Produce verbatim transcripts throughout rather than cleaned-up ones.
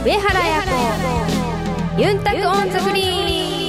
上原彩子ユンタクオンザフリー。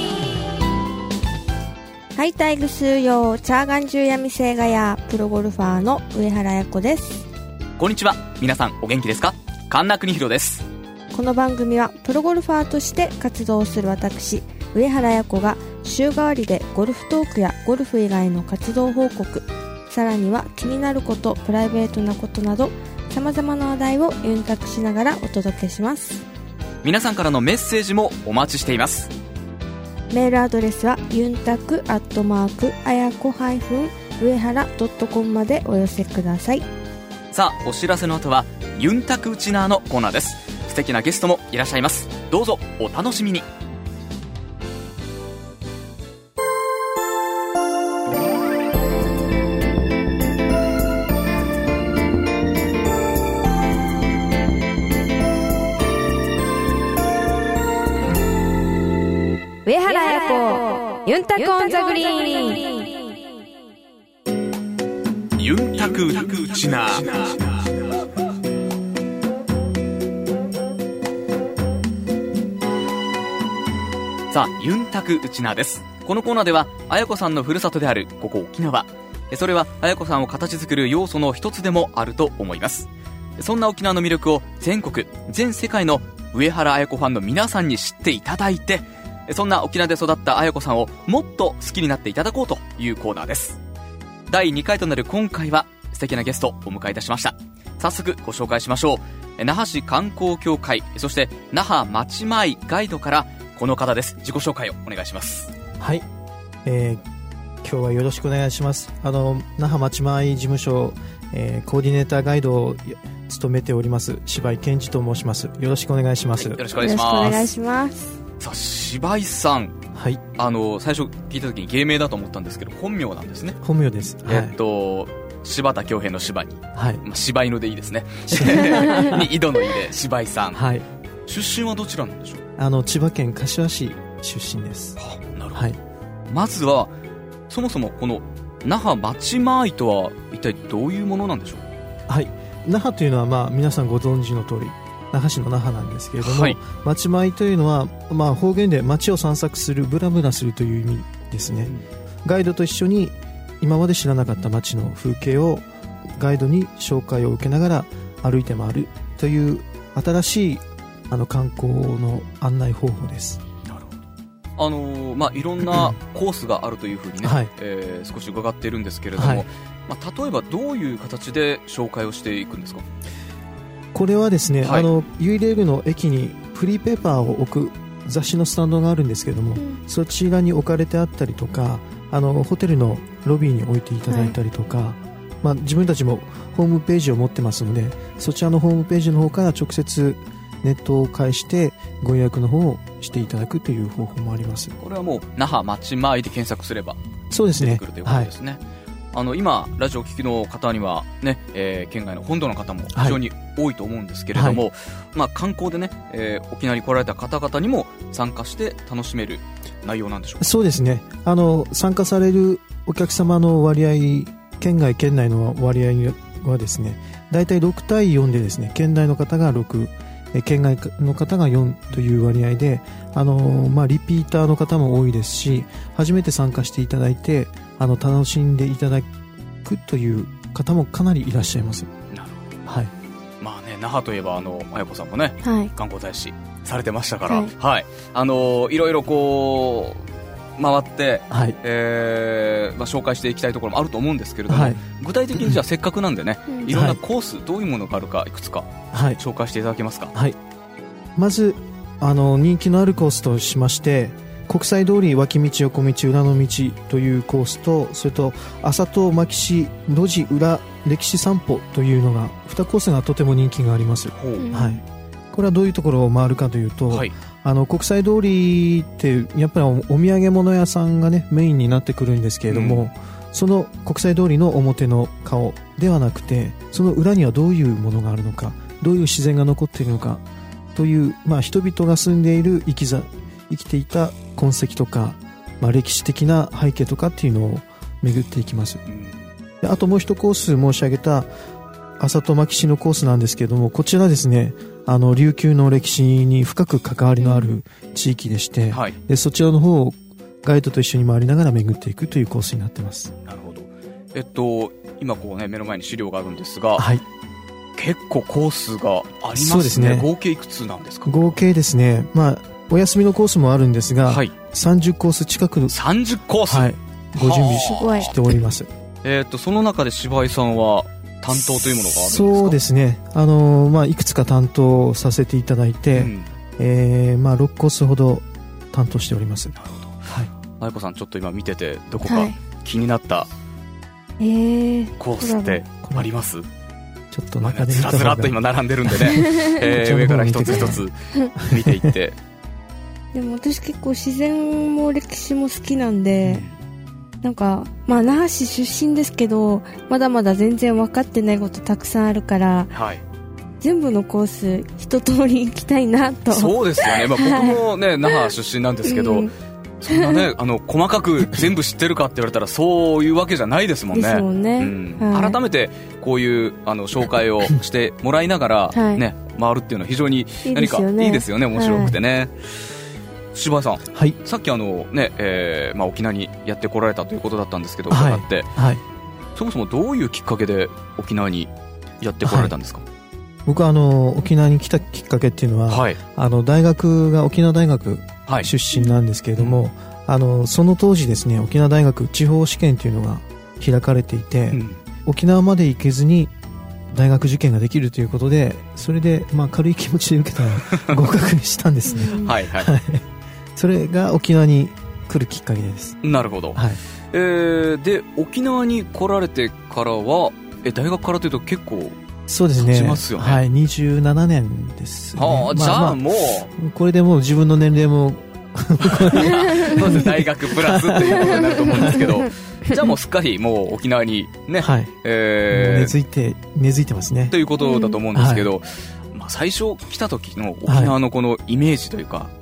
はい、タイグスーヨーチャーガンジュヤミセイガヤプロゴルファーの上原彩子です。 こんにちは、皆さんお元気ですか？神田邦弘です。 この番組はプロゴルファーとして活動する私上原彩子が週替わりでゴルフトークやゴルフ以外の活動報告、さらには気になること、プライベートなことなどさまざまな話題をユンタクしながらお届けします。 皆さんからのメッセージもお待ちしています。 メールアドレスはユンタクアットマークあやこ上原 .com までお寄せください。 さあ、お知らせの後はユンタクウチナーのコーナーです。素敵なゲストもいらっしゃいます。どうぞお楽しみに。 上原彩子ユンタクオンザグリーン。 ユンタクウチナー。さあ、ユンタクウチナーです。このコーナーでは彩子さんのふるさとであるここ沖縄、それは彩子さんを形作る要素の一つでもあると思います。そんな沖縄の魅力を全国全世界の上原彩子ファンの皆さんに知っていただいて、そんな沖縄で育った彩子さんをもっと好きになっていただこうというコーナーです。だいにかいとなる今回は素敵なゲストをお迎えいたしました。早速ご紹介しましょう。那覇市観光協会、そして那覇町前ガイドからこの方です。自己紹介をお願いします。 はい、えー、今日はよろしくお願いします。あの那覇町前事務所、えー、コーディネーターガイドを務めております柴井健二と申します。よろしくお願いします。 はい、よろしくお願いします。 よろしくお願いします。 さあ、柴井さん、はい、あの最初聞いた時に芸名だと思ったんですけど本名なんですね。 本名です。 えー、っと柴田恭平の柴に、はい、まあ、柴犬でいいですねに井戸の井で柴井さん、はい、出身はどちらなんでしょう？ あの千葉県柏市出身です。 はあ、なるほど、 はい、 まずはそもそもこの那覇町前とは一体どういうものなんでしょう？ はい、那覇というのは、まあ、皆さんご存知の通り那覇市の那覇なんですけれども、はい、町前というのは、まあ、方言で町を散策する、ブラブラするという意味ですね、うん、ガイドと一緒に今まで知らなかった町の風景をガイドに紹介を受けながら歩いて回るという新しいあの観光の案内方法です。 なるほど。あのーまあ、いろんなコースがあるというふうにね、はい、えー、少し伺っているんですけれども、はい、まあ、例えばどういう形で紹介をしていくんですか？ これはですね、はい、あのユイレールの駅にフリーペーパーを置く雑誌のスタンドがあるんですけれども、うん、そちらに置かれてあったりとか、あのホテルのロビーに置いていただいたりとか、はい、まあ、自分たちもホームページを持ってますので、そちらのホームページの方から直接ネットを介してご予約の方をしていただくという方法もあります。 これはもう那覇町前で検索すればそうですね、 出てくるということですね。はい、あの今ラジオを聞きの方には、ね、えー、県外の本土の方も非常に多いと思うんですけれども、はい、まあ、観光でね、えー、沖縄に来られた方々にも参加して楽しめる内容なんでしょうか？ そうですね、あの参加されるお客様の割合、県外県内の割合はですね、だいたいろくたいよんでですね、県内の方がろく、県外の方がよんという割合で、あの、まあ、リピーターの方も多いですし、初めて参加していただいてあの楽しんでいただくという方もかなりいらっしゃいます。 なるほど、はい、まあね、那覇といえばあの彩子さんもね、はい、観光大使されてましたから、はいはい、あのいろいろこう回って、はい、えーまあ、紹介していきたいところもあると思うんですけれども、はい、具体的にじゃあせっかくなんでね、うん、いろんなコース、はい、どういうものがあるかいくつか紹介していただけますか？ はい、まずあの人気のあるコースとしまして、国際通り脇道横道裏の道というコースと、それと朝と牧師路地裏歴史散歩というのがにコースがとても人気があります。はい、これはどういうところを回るかというと、はい、あの国際通りってやっぱり お, お土産物屋さんが、ね、メインになってくるんですけれども、うん、その国際通りの表の顔ではなくて、その裏にはどういうものがあるのか、どういう自然が残っているのかという、まあ、人々が住んでいる生きざ生きていた痕跡とか、まあ、歴史的な背景とかっていうのを巡っていきます。であともう一コース申し上げた浅戸牧師のコースなんですけども、こちらですね、あの琉球の歴史に深く関わりのある地域でして、はい、でそちらの方をガイドと一緒に回りながら巡っていくというコースになってます。 なるほど。えっと今こうね目の前に資料があるんですが、 はい、 結構コースがありますね。 そうですね。 合計いくつなんですか？ 合計ですね、まあお休みのコースもあるんですが、はい、さんじゅうコース近くさんじゅうコース、 はい、ご準備しております。 えー、とその中で柴井さんは担当というものがあるんですか？ そうですね、あのーまあ、いくつか担当させていただいて、うん、えーまあ、ろくコースほど担当しております。 なるほど、はい、あやこさんちょっと今見ててどこか気になったコースってあります？ ちょっと中で見た方がずらずらっと今並んでるんでね、えー、上から一つ一つ見ていってでも私結構自然も歴史も好きなんで、うん、なんかまあ那覇市出身ですけどまだまだ全然分かってないことたくさんあるから、はい、全部のコース一通り行きたいなと。 そうですよね、まあ、僕もね、はい、那覇出身なんですけど、うん、そんなねあの細かく全部知ってるかって言われたらそういうわけじゃないですもんね。 ですもんね、 うんはい、改めてこういうあの紹介をしてもらいながら、ねはい、回るっていうのは非常に何かいいですよね、面白くてね、はい。柴井さん、はい、さっきあの、ねえーまあ、沖縄にやってこられたということだったんですけど、伺って、はいはい、そもそもどういうきっかけで沖縄にやってこられたんですか？はい、 僕はあの沖縄に来たきっかけっていうのは、はい、あの大学が沖縄大学出身なんですけれども、はい、あのその当時ですね、沖縄大学地方試験というのが開かれていて、うん、沖縄まで行けずに大学受験ができるということで、それでまあ軽い気持ちで受けたら合格したんですね。はいはいそれが沖縄に来るきっかけです。 なるほど、はい。えー、で沖縄に来られてからはえ大学からというと結構そうですね、 経ちますよね。 はい、にじゅうななねんですね。 はあ、じゃあもう、まあ、これでもう自分の年齢もまず大学プラスということになると思うんですけどじゃあもうすっかりもう沖縄にね、はい、えー、 根付いて根付いてますねということだと思うんですけど、うんはい、まあ、最初来た時の沖縄のこのイメージというか、はい、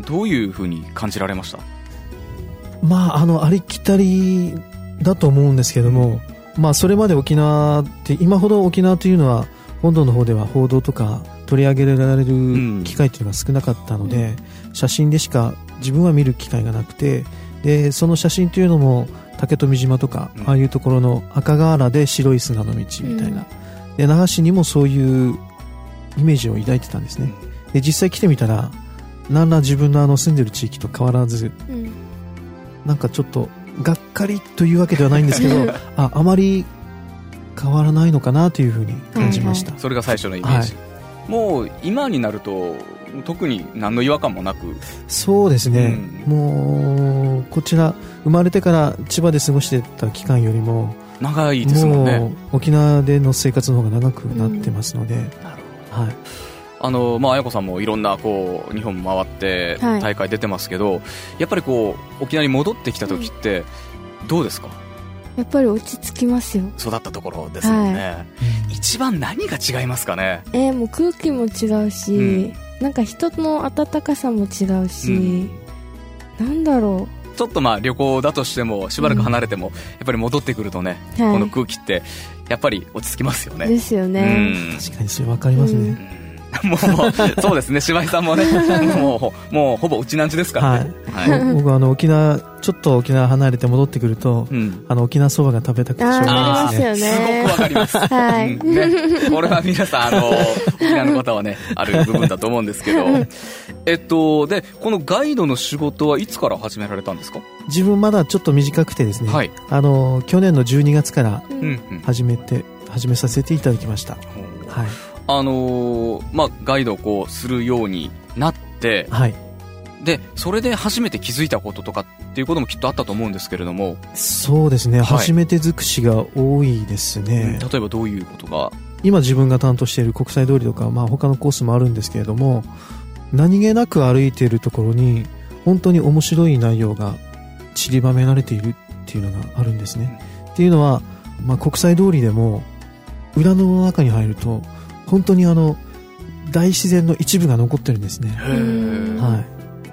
どういうふうに感じられました？ まあ、あのありきたりだと思うんですけども、まあ、それまで沖縄って今ほど沖縄というのは本土の方では報道とか取り上げられる機会というのが少なかったので、うん、写真でしか自分は見る機会がなくて、でその写真というのも竹富島とか、うん、ああいうところの赤瓦で白い砂の道みたいな、うん、で那覇市にもそういうイメージを抱いてたんですね。で実際来てみたら何ら自分のあの住んでる地域と変わらず、うん、なんかちょっとがっかりというわけではないんですけどあ, あまり変わらないのかなというふうに感じました、はいはい、 それが最初のイメージ、はい、もう今になると特に何の違和感もなく。 そうですね、うん、もうこちら生まれてから千葉で過ごしてた期間よりも長いですもんね。 もう沖縄での生活の方が長くなってますので、うん、なるほど、はい。 あのまあ、綾子さんもいろんなこう日本回って大会出てますけど、はい、やっぱりこう沖縄に戻ってきた時ってどうですか？ やっぱり落ち着きますよ。 育ったところですよね、はい、一番何が違いますかね？ えー、もう空気も違うし、うん、なんか人の温かさも違うし、うん、なんだろう、 ちょっとまあ旅行だとしてもしばらく離れても、うん、やっぱり戻ってくるとね、はい、この空気ってやっぱり落ち着きますよね。 ですよね、 うん、確かにそれ分かりますね、 うんもうそうですね、柴井さんもねもう、もうほぼうちなんちですからね、 はいはい、僕はあの沖縄ちょっと沖縄離れて戻ってくると、うん、あの沖縄そばが食べたくてしょうがないですね。 あー、すごくわかります、はいうんね、これは皆さんあの沖縄の方はねある部分だと思うんですけどえっとでこのガイドの仕事はいつから始められたんですか？ 自分まだちょっと短くてですね、はい、あの去年のじゅうにがつから始めて、うんうん、始めさせていただきました、はい。 あのーまあ、ガイドをこうするようになって、はい、でそれで初めて気づいたこととかっていうこともきっとあったと思うんですけれども。 そうですね、はい、初めて尽くしが多いですね、 うん、例えばどういうことが？ 今自分が担当している国際通りとか、まあ、他のコースもあるんですけれども、何気なく歩いているところに本当に面白い内容が散りばめられているっていうのがあるんですね、うん、っていうのは、まあ、国際通りでも裏の中に入ると本当にあの大自然の一部が残ってるんですね、はい、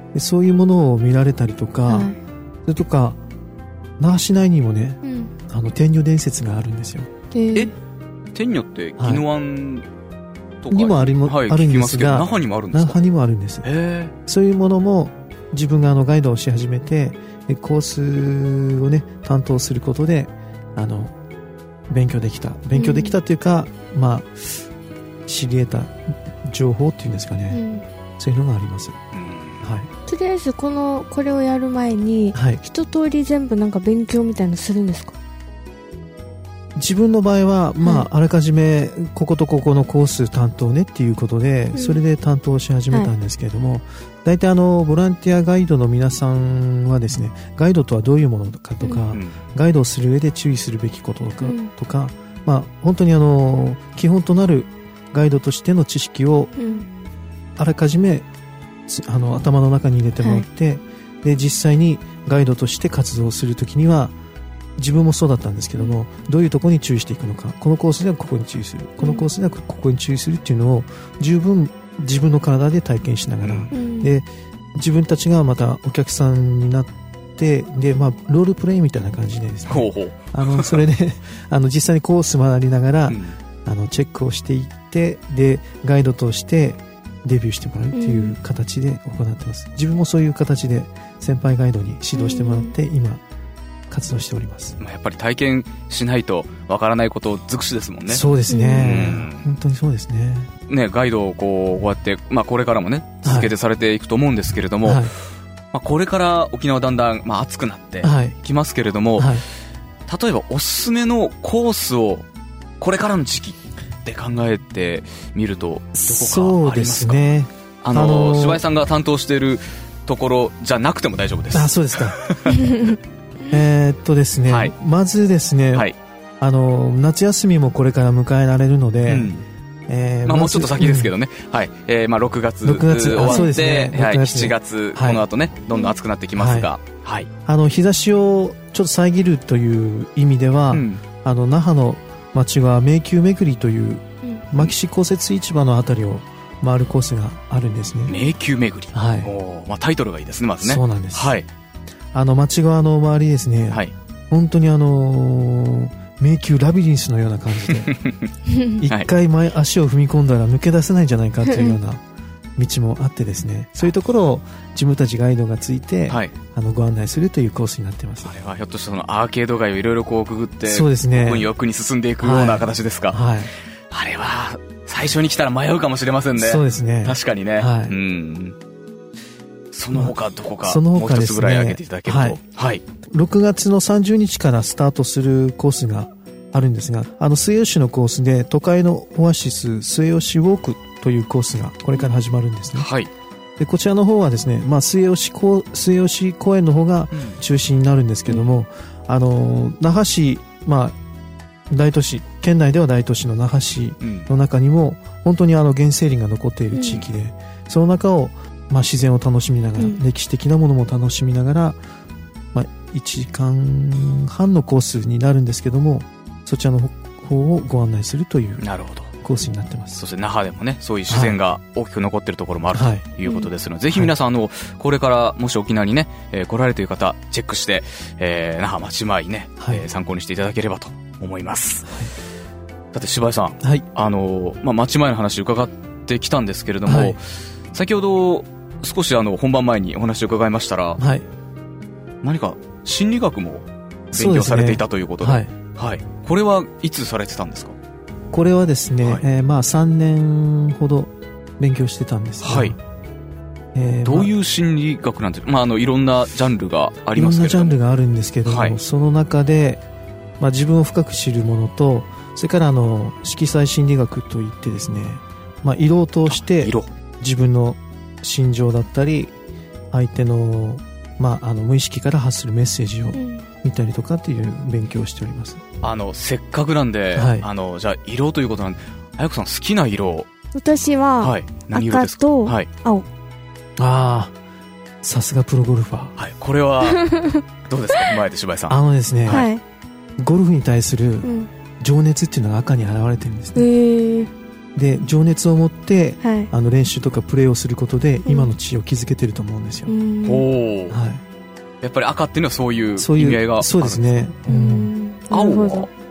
でそういうものを見られたりとか、はい、それとか那覇市内にもね、うん、あの天女伝説があるんですよ。 え天女って宜野湾とかにもありも、 はい、 あるんですが、 那覇にもあるんですか？ 那覇にもあるんです。 へそういうものも自分があのガイドをし始めて、でコースをね担当することであの勉強できた勉強できたというか、うん、まあ知り得た情報っていうんですかね、うん、そういうのがあります、うんはい、 とりあえずこのこれをやる前に、はい、一通り全部なんか勉強みたいなのするんですか？ 自分の場合は、まあ、はい、あらかじめこことここのコース担当ねっていうことで、うん、それで担当し始めたんですけれども、はい、大体あのボランティアガイドの皆さんはですね、ガイドとはどういうものかとか、うん、ガイドをする上で注意するべきこととか、うん、とかまあ、本当にあの基本となるガイドとしての知識をあらかじめあの頭の中に入れてもらって、はい、で実際にガイドとして活動するときには自分もそうだったんですけども、どういうところに注意していくのか、このコースではここに注意する、このコースではここに注意するっていうのを十分自分の体で体験しながら、うん、で自分たちがまたお客さんになってで、まあ、ロールプレイみたいな感じでですね、ほうほうあのそれであの実際にコース回りながら、うん、あのチェックをしていってでガイドとしてデビューしてもらうっていう形で行ってます、うん、自分もそういう形で先輩ガイドに指導してもらって、うん、今活動しております。 やっぱり体験しないとわからないこと尽くしですもんね。 そうですね、うん、本当にそうですね。 ね、ガイドをこう、こうやって、まあ、これからもね続けてされていくと思うんですけれども、はい、まあ、これから沖縄だんだん、まあ、暑くなってきますけれども、はい、例えばおすすめのコースをこれからの時期って考えてみるとどこかありますか？そうですね、あの、あのー、柴井さんが担当しているところじゃなくても大丈夫です。 あ、そうですかえーっとですね、はい、まずですね、はい、あの夏休みもこれから迎えられるので、うん、えーまあ、もうちょっと先ですけどね、うん、はい、えーまあ、ろくがつ終わって、ね、はい、しちがつ、はい、この後ねどんどん暑くなってきますが、はいはい、あの日差しをちょっと遮るという意味では、うん、あの那覇の町は迷宮巡りという、うん、牧師公設市場のあたりを回るコースがあるんですね。 迷宮巡り、はい、お、まあ、タイトルがいいですね。まずね、そうなんです、はい、 あの町側の周りですね、はい、本当にあのー、迷宮ラビリンスのような感じで一回前足を踏み込んだら抜け出せないんじゃないかというような道もあってですねそういうところを自分たちガイドがついて、はい、あのご案内するというコースになっています。 あれはひょっとしてそのアーケード街をいろいろこうくぐってそうですね、奥に奥に進んでいくような形ですか？はいはい、あれは最初に来たら迷うかもしれませんね。そうですね、確かにね、はい、うん、その他どこか、まあ、もう一つぐらい挙げていただけると、はいはい、ろくがつのさんじゅうにちからスタートするコースがあるんですが、あの末吉のコースで都会のオアシス末吉ウォークというコースがこれから始まるんですね、はい、でこちらの方はですね、まあ、末吉こ末吉公園の方が中心になるんですけども、うん、あの那覇市、まあ、大都市県内では大都市の那覇市の中にも本当にあの原生林が残っている地域で、うん、その中をまあ、自然を楽しみながら、うん、歴史的なものも楽しみながら、まあ、いちじかんはんのコースになるんですけどもそちらの方をご案内するというコースになってます。 そして那覇でもねそういう自然が大きく残っているところもある、はい、ということですので、はい、ぜひ皆さんあのこれからもし沖縄にね、えー、来られるという方チェックして、えー、那覇町前ね、はい、えー、参考にしていただければと思います、はい、だって柴井さん、はい、あのまあ、町前の話伺ってきたんですけれども、はい、先ほど少しあの本番前にお話を伺いましたら、はい、何か心理学も勉強されていたということで、はいはい、これはいつされてたんですか？ これはですね、はい、えー、まあさんねんほど勉強してたんですが、はい、 えー、どういう心理学なんて、まあ、あのいろんなジャンルがありますけれども、いろんなジャンルがあるんですけども、はい、その中で、まあ、自分を深く知るものとそれからあの色彩心理学といってですね、まあ、色を通して自分の心情だったり相手の、まあ、あの無意識から発するメッセージを見たりとかっていう勉強をしております、 うん、あのせっかくなんで、はい、あのじゃあ色ということなんで彩子さん好きな色私は、はい、何色ですか？赤と青、はい、ああさすがプロゴルファー、 はい、これはどうですか前で柴井さん。 あのですね、はい、ゴルフに対する情熱っていうのが赤に現れてるんですね、うん、へーで情熱を持って、はい、あの練習とかプレーをすることで、うん、今の地位を築けてると思うんですよ、うん、 お、はい、やっぱり赤っていうのはそういう意味合いがあるんですか？ そうですね、うん、 青は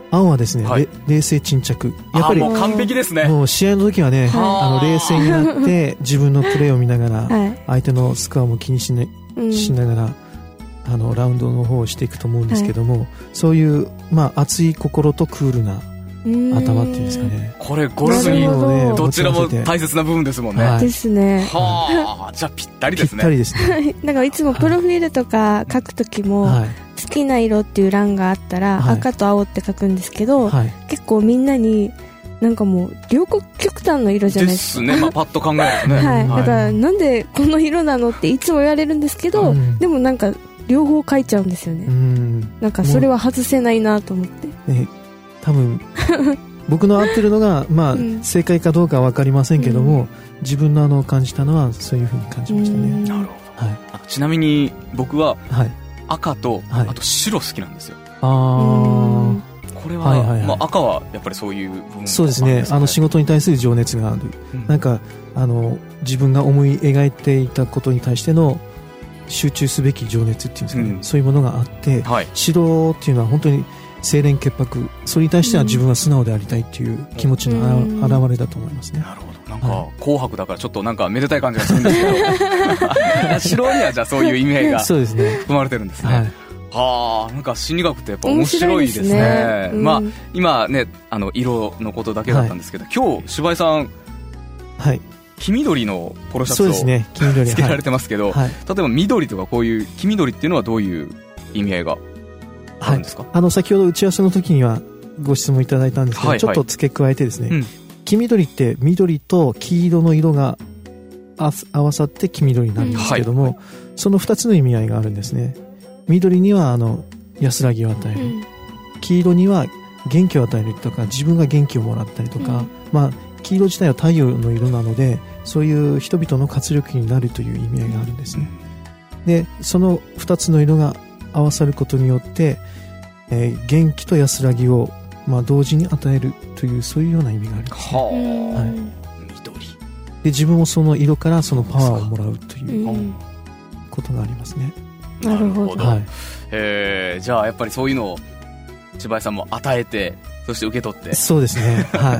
青はですね、 はい、 冷静沈着。やっぱりもう完璧ですね。 もう試合の時はね、あの冷静になって自分のプレーを見ながら、はい、相手のスコアも気にし,、ねうん、しながらあのラウンドの方をしていくと思うんですけども、はい、そういう、まあ、熱い心とクールな頭っていうんですかね。 これゴルフにどちらも大切な部分ですもんね。 はい、ですね。 はあ、じゃあぴったりですね。 ぴったりですね。 なんかいつもプロフィールとか書くときも、はい、好きな色っていう欄があったら、はい、赤と青って書くんですけど、はい、結構みんなになんかもう両極端の色じゃないですか。 ですね。まあ、パッと考えるとね。 はい。だからなんでこの色なのっていつも言われるんですけど、うん、でもなんか両方書いちゃうんですよね。うん、なんかそれは外せないなと思って。ね、 多分僕の合ってるのが、まあうん、正解かどうかは分かりませんけども、うん、自分のあの感じたのはそういうふうに感じましたね。 なるほど、はい、あちなみに僕は赤と、はい、あと白好きなんですよ。あこれは、はいはいはい、まあ、赤はやっぱりそういう部分、ね、 そうですね。あの仕事に対する情熱がある、うん、なんかあの自分が思い描いていたことに対しての集中すべき情熱っていうんですかね、うん、そういうものがあって、はい、白っていうのは本当に清廉潔白、それに対しては自分は素直でありたいっていう気持ちの表れだと思いますね。 なるほど。なんか、はい、紅白だからちょっとなんかめでたい感じがするんですけど白にはじゃあそういう意味合いがそうですね、含まれてるんですね。はい、はあ、なんか心理学ってやっぱ面白いですね。ですね、うん、まあ今ね、あの色のことだけだったんですけど、はい、今日柴井さん、はい、黄緑のポロシャツを、ね、黄緑つけられてますけど、はい、例えば緑とかこういう黄緑っていうのはどういう意味合いがあるんですか？はい、あの先ほど打ち合わせの時にはご質問いただいたんですけど、はいはい、ちょっと付け加えてですね、うん、黄緑って緑と黄色の色が合わさって黄緑になるんですけども、うんはい、そのふたつの意味合いがあるんですね。緑にはあの安らぎを与える、うん、黄色には元気を与えるとか自分が元気をもらったりとか、うん、まあ黄色自体は太陽の色なのでそういう人々の活力になるという意味合いがあるんですね。でそのふたつの色が合わさることによって、えー、元気と安らぎを、まあ、同時に与えるというそういうような意味があります、ね。はあ、はい、緑で自分もその色からそのパワーをもらうということがありますね。 なるほど、はい、 えー、じゃあやっぱりそういうのを柴井さんも与えてそして受け取ってそうですね、はい、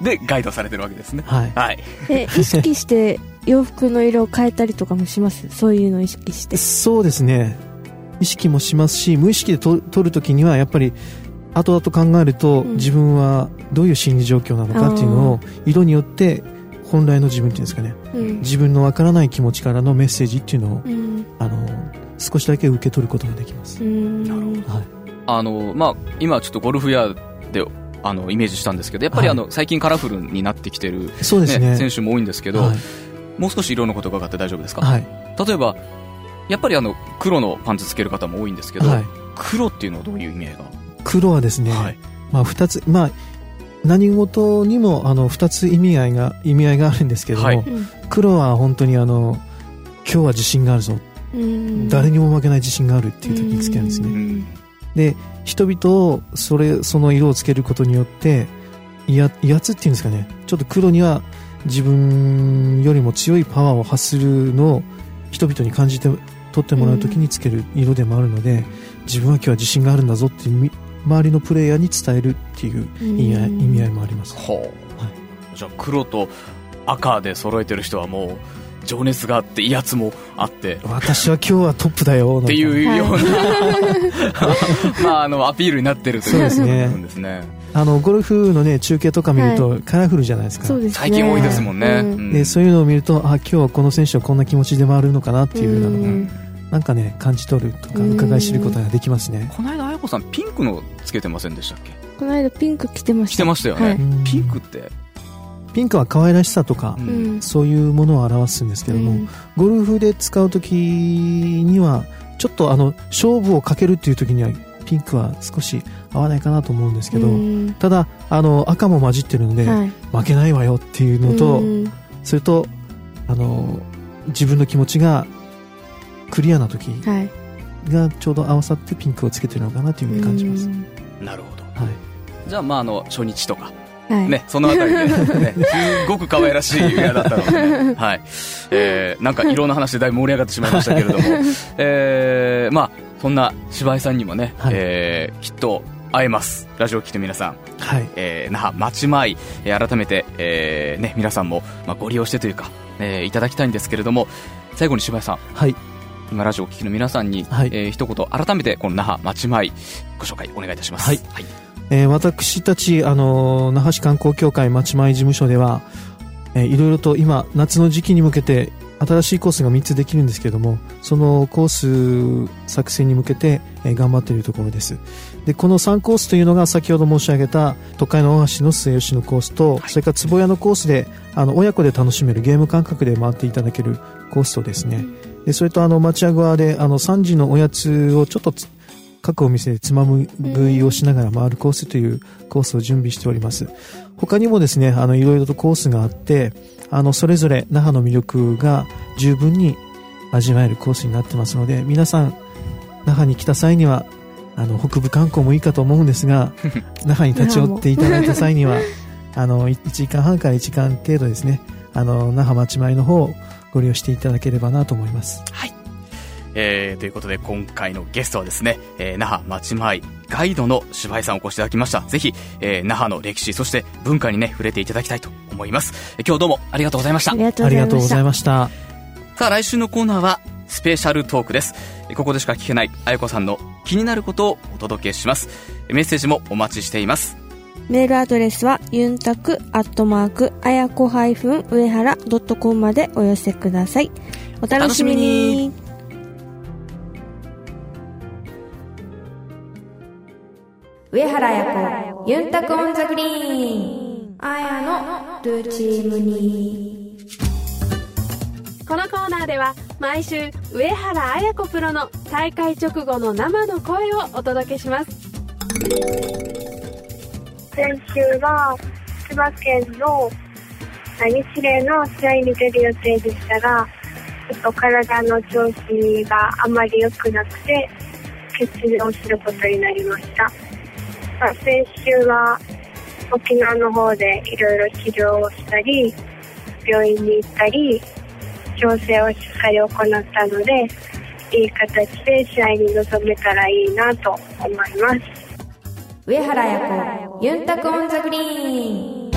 でガイドされてるわけですね。 はい、 はい、 え意識して洋服の色を変えたりとかもします？そういうのを意識して。 そうですね、意識もしますし無意識でと取るときにはやっぱり後々考えると、うん、自分はどういう心理状況なのかっていうのを色によって本来の自分っていうんですかね、うん、自分のわからない気持ちからのメッセージっていうのを、うん、あの少しだけ受け取ることができます。 なるほど、はい、あのまあ、今ちょっとゴルフウェアであのイメージしたんですけどやっぱりあの、はい、最近カラフルになってきてる、 そうですね、 選手も多いんですけど、はい、もう少し色のこと伺って大丈夫ですか？はい、例えばやっぱりあの黒のパンツつける方も多いんですけど、はい、黒っていうのはどういう意味合いが？黒はですね、はい、まあ、ふたつ、まあ、何事にもあのふたつ意味合いが意味合いがあるんですけども、はい、黒は本当にあの今日は自信があるぞ、誰にも負けない自信があるっていう時につけるんですね。で人々をそれその色をつけることによって威圧っていうんですかね、ちょっと黒には自分よりも強いパワーを発するのを人々に感じて取ってもらう時につける色でもあるので、自分は今日は自信があるんだぞって周りのプレイヤーに伝えるっていう意味合い、意味合いもあります。はあ、はい、 じゃあ黒と赤で揃えてる人はもう情熱があって威圧もあって私は今日はトップだよっていうような、はい、まあ、あのアピールになってるという部分ですね。 あのゴルフの、ね、中継とか見るとカラフルじゃないですか。 そうですね、 最近多いですもんね、 うん、でそういうのを見るとあ今日はこの選手はこんな気持ちで回るのかなっていうのがなんかね感じ取るとか伺い知ることができますね。 この間彩子さんピンクのつけてませんでしたっけ？ この間ピンク着てました。 着てましたよね、はい、ピンクってピンクは可愛らしさとか、うん、そういうものを表すんですけども、うん、ゴルフで使うときにはちょっとあの勝負をかけるっていうときにはピンクは少し合わないかなと思うんですけど、うん、ただあの赤も混じってるので、はい、負けないわよっていうのと、うん、それとあの自分の気持ちがクリアなときがちょうど合わさってピンクをつけてるのかなというふうに感じます。 なるほど、はい、じゃあ、まあ、あの初日とかはい、ね、そのあたりで、ね、すごく可愛らしいウェアだったので、ね、はい、えー、なんか色の話でだいぶ盛り上がってしまいましたけれども、えー、まあそんな柴井さんにもね、はい、えー、きっと会えます。ラジオを聴きの皆さん、 はい、 えー、那覇町前、えー、改めて、えーね、皆さんも、まあ、ご利用してというか、えー、いただきたいんですけれども、最後に柴井さん、 はい、 今ラジオを聴きの皆さんに、はい、えー、一言改めてこの那覇町前ご紹介お願いいたします。 はい、はい、えー、私たち、あのー、那覇市観光協会町前事務所では、えー、いろいろと今夏の時期に向けて新しいコースがみっつできるんですけども、そのコース作成に向けて、えー、頑張っているところです。でこのさんコースというのが先ほど申し上げた都会の大橋の末吉のコースと、はい、それから坪屋のコースであの親子で楽しめるゲーム感覚で回っていただけるコースとですね、でそれとあの町屋側であのさんじのおやつをちょっと各お店でつまむ食いをしながら回るコースというコースを準備しております。他にもですね、あのいろいろとコースがあって、あのそれぞれ那覇の魅力が十分に味わえるコースになってますので、皆さん那覇に来た際にはあの北部観光もいいかと思うんですが那覇に立ち寄っていただいた際にはあのいちじかんはんからいちじかん程度ですね、あの那覇町前の方をご利用していただければなと思います。 はい、えー、ということで今回のゲストはですね、えー、那覇町前ガイドの柴井さんをお越しいただきました。ぜひ、えー、那覇の歴史そして文化にね触れていただきたいと思います。えー、今日どうもありがとうございました。 ありがとうございました。 さあ来週のコーナーはスペシャルトークです。ここでしか聞けないあやこさんの気になることをお届けします。メッセージもお待ちしています。 メールアドレスはユンタクアットマークあやこ上原ドットコムまでお寄せください。お楽しみに。上原あやこユンタクオンザグリーン、あやのルーチームに。 このコーナーでは毎週上原綾子プロの大会直後の生の声をお届けします。 先週は千葉県の日霊の試合に出る予定でしたが、ちょっと体の調子があまり良くなくて欠場することになりました。先週は沖縄の方でいろいろ治療をしたり病院に行ったり調整をしっかり行ったので、いい形で試合に臨めたらいいなと思います。 上原彩子ユンタクオンザグリーン。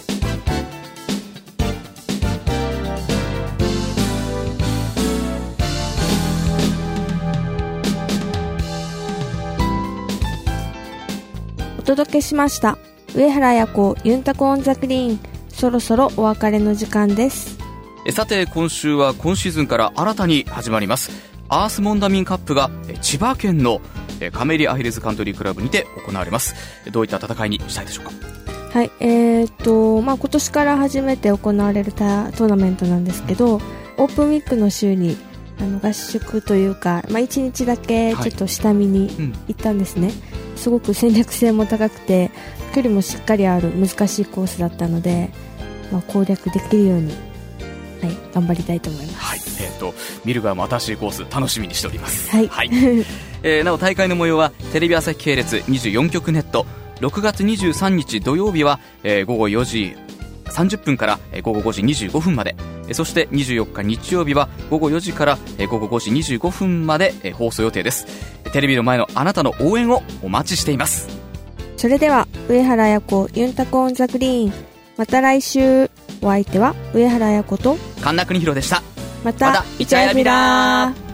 お届けしました上原彩子ユンタクオンザグリーン。そろそろお別れの時間です。 さて今週は今シーズンから新たに始まりますアースモンダミンカップが千葉県のカメリアヒルズカントリークラブにて行われます。どういった戦いにしたいでしょうか。 はい、えーっとまあ、今年から初めて行われるトーナメントなんですけど、オープンウィークの週にあの合宿というか、まあ、いちにちだけちょっと下見に行ったんですね、はい、うん、すごく戦略性も高くて距離もしっかりある難しいコースだったので、まあ、攻略できるように、はい、頑張りたいと思います。 はい、えー、と見る側も新しいコース楽しみにしております。 はい、 はいえー、なお大会の模様はテレビ朝日系列にじゅうよんきょくネット、ろくがつにじゅうさんにち土曜日は、えー、午後よじさんじゅっぷんから、えー、午後ごじにじゅうごふんまで、えー、そしてにじゅうよっか日曜日は午後よじから、えー、午後ごじにじゅうごふんまで、えー、放送予定です。テレビの前のあなたの応援をお待ちしています。 それでは上原彩子ユンタクオンザグリーン、また来週。お相手は上原彩子と神田邦弘でした。 またイチャヤビラー。